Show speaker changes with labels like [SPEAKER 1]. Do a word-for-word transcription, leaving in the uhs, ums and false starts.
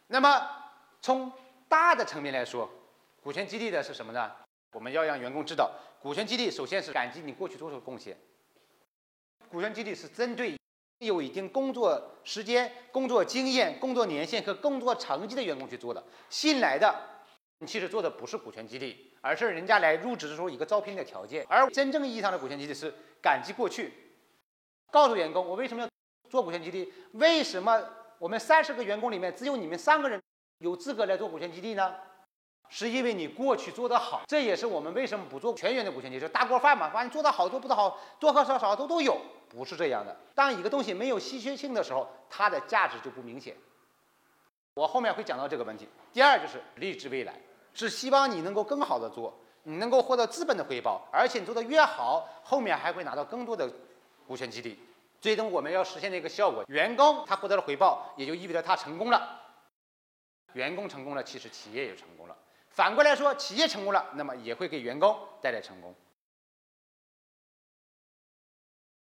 [SPEAKER 1] 那么从大的层面来说，股权激励的是什么呢？我们要让员工知道，股权激励首先是感激你过去做出的贡献。股权激励是针对有一定工作时间、工作经验、工作年限和工作成绩的员工去做的。新来的，你其实做的不是股权激励，而是人家来入职的时候一个招聘的条件。而真正意义上的股权激励是感激过去，告诉员工我为什么要做股权激励？为什么我们三十个员工里面只有你们三个人有资格来做股权激励呢？是因为你过去做得好，这也是我们为什么不做全员的股权激励，就是大锅饭嘛，反正做得好做不得好，多和少少都都有，不是这样的。当一个东西没有稀缺性的时候，它的价值就不明显。我后面会讲到这个问题。第二就是励志未来，是希望你能够更好的做，你能够获得资本的回报，而且你做得越好，后面还会拿到更多的股权激励。最终我们要实现的一个效果，员工他获得了回报，也就意味着他成功了。员工成功了，其实企业也成功了。反过来说，企业成功了，那么也会给员工带来成功。